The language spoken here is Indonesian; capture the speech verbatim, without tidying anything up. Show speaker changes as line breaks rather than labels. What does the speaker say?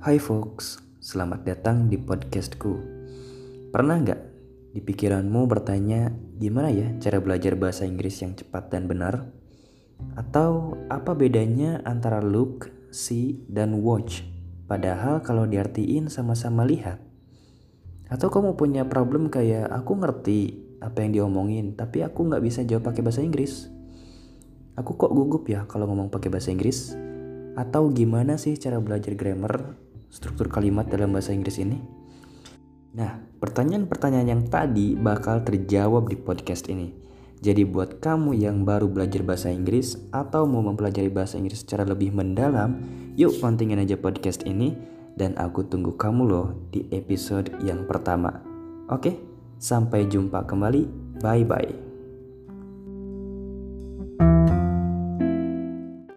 Hai folks, selamat datang di podcastku. Pernah nggak di pikiranmu bertanya gimana ya cara belajar bahasa Inggris yang cepat dan benar? Atau apa bedanya antara look, see, dan watch? Padahal kalau diartiin sama-sama lihat. Atau kamu punya problem kayak aku ngerti apa yang diomongin, tapi aku nggak bisa jawab pakai bahasa Inggris. Aku kok gugup ya kalau ngomong pakai bahasa Inggris? Atau gimana sih cara belajar grammar, struktur kalimat dalam bahasa Inggris ini? Nah, pertanyaan-pertanyaan yang tadi bakal terjawab di podcast ini. Jadi buat kamu yang baru belajar bahasa Inggris atau mau mempelajari bahasa Inggris secara lebih mendalam, yuk pentingin aja podcast ini dan aku tunggu kamu loh di episode yang pertama. Oke, sampai jumpa kembali. Bye-bye.